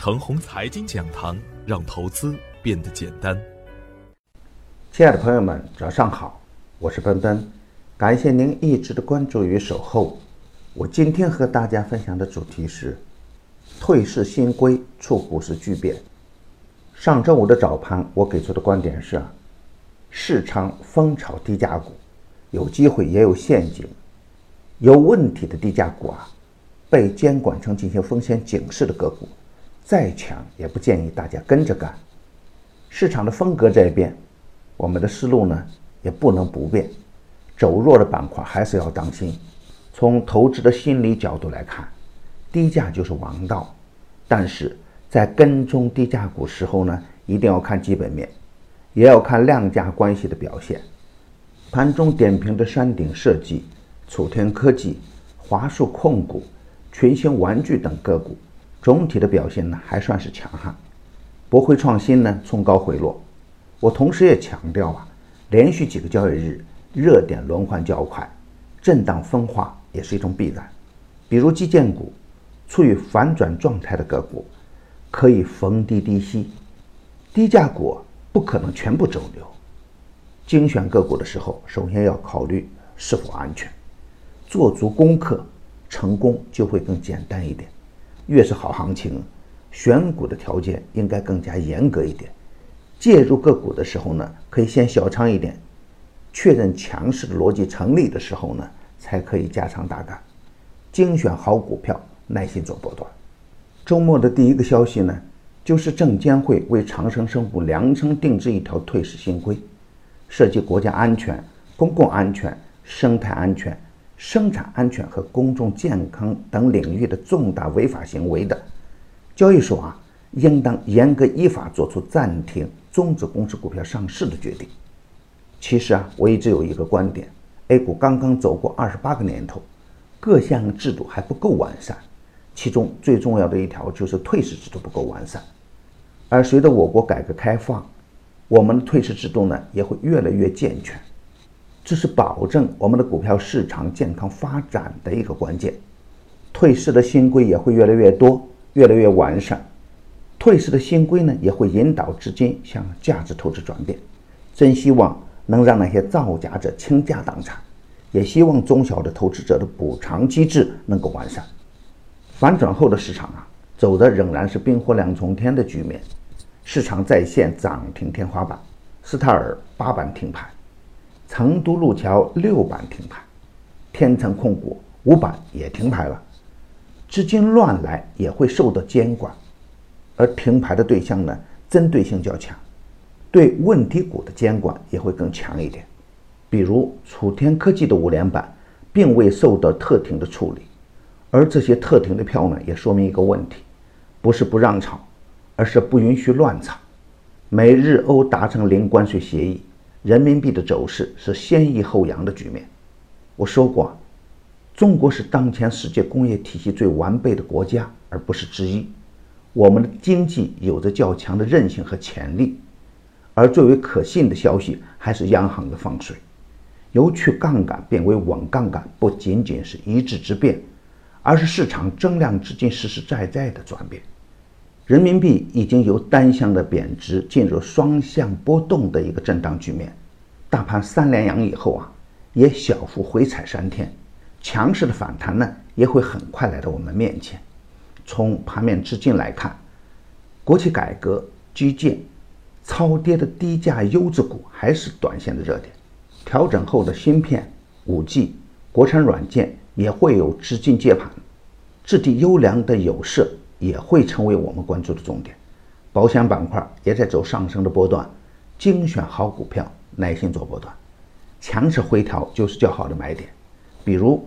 程红财经讲堂，让投资变得简单。 亲爱的朋友们，早上好，我是奔奔，感谢您一直的关注与守候。我今天和大家分享的主题是退市新规促股市巨变。上周五的早盘，我给出的观点是市场疯炒低价股，有机会也有陷阱。有问题的低价股被监管层进行风险警示的个股，再强也不建议大家跟着干。市场的风格在变，我们的思路呢也不能不变。走弱的板块还是要当心。从投资的心理角度来看，低价就是王道，但是在跟踪低价股时候呢，一定要看基本面，也要看量价关系的表现。盘中点评的山鼎设计、楚天科技、华数控股、群星玩具等个股总体的表现呢还算是强悍。博汇创新呢冲高回落。我同时也强调连续几个交易日热点轮换较快，震荡分化也是一种必然。比如基建股处于反转状态的个股可以逢低低吸，低价股不可能全部走流。精选个股的时候，首先要考虑是否安全，做足功课，成功就会更简单一点。越是好行情，选股的条件应该更加严格一点。介入个股的时候呢，可以先小仓一点，确认强势的逻辑成立的时候呢，才可以加仓大干。精选好股票，耐心做波段。周末的第一个消息呢，就是证监会为长生生物量身定制一条退市新规，涉及国家安全、公共安全、生态安全、生产安全和公众健康等领域的重大违法行为的，交易所应当严格依法作出暂停、终止公司股票上市的决定。其实我一直有一个观点， A 股刚刚走过28个年头，各项制度还不够完善，其中最重要的一条就是退市制度不够完善。而随着我国改革开放，我们的退市制度呢也会越来越健全，这是保证我们的股票市场健康发展的一个关键。退市的新规也会越来越多，越来越完善。退市的新规呢也会引导资金向价值投资转变，真希望能让那些造假者倾家荡产，也希望中小的投资者的补偿机制能够完善。反转后的市场走的仍然是冰火两重天的局面。市场再现涨停天花板，斯泰尔8板停牌，成都路桥6板停牌，天成控股5板也停牌了。资金乱来也会受到监管，而停牌的对象呢针对性较强，对问题股的监管也会更强一点。比如楚天科技的5连板并未受到特停的处理，而这些特停的票呢也说明一个问题，不是不让炒，而是不允许乱炒。美日欧达成零关税协议，人民币的走势是先抑后扬的局面。我说过，中国是当前世界工业体系最完备的国家，而不是之一。我们的经济有着较强的韧性和潜力，而最为可信的消息还是央行的放水，由去杠杆变为稳杠杆，不仅仅是一致之变，而是市场增量资金实实在在的转变。人民币已经由单向的贬值进入双向波动的一个震荡局面。大盘3连阳以后也小幅回踩3天，强势的反弹呢也会很快来到我们面前。从盘面资金来看，国企改革、基建、超跌的低价优质股还是短线的热点。调整后的芯片、5G、国产软件也会有资金接盘，质地优良的有色也会成为我们关注的重点。保险板块也在走上升的波段，精选好股票，耐心做波段。强势回调就是较好的买点，比如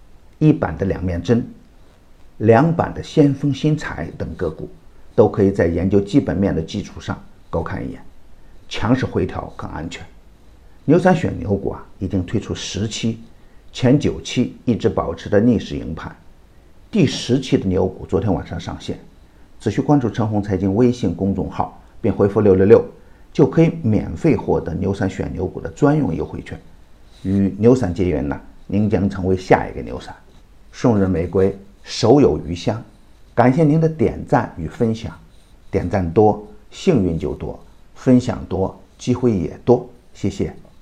1板的两面针、2板的先锋新材等个股，都可以在研究基本面的基础上高看一眼。强势回调更安全。牛散选牛股已经推出10期，前9期一直保持着逆势营盘，第10期的牛股昨天晚上上线，只需关注陈红财经微信公众号并回复666，就可以免费获得牛散选牛股的专用优惠券。与牛散结缘您将成为下一个牛散。送人玫瑰，手有余香。感谢您的点赞与分享， 点赞多，幸运就多，分享多，机会也多。谢谢。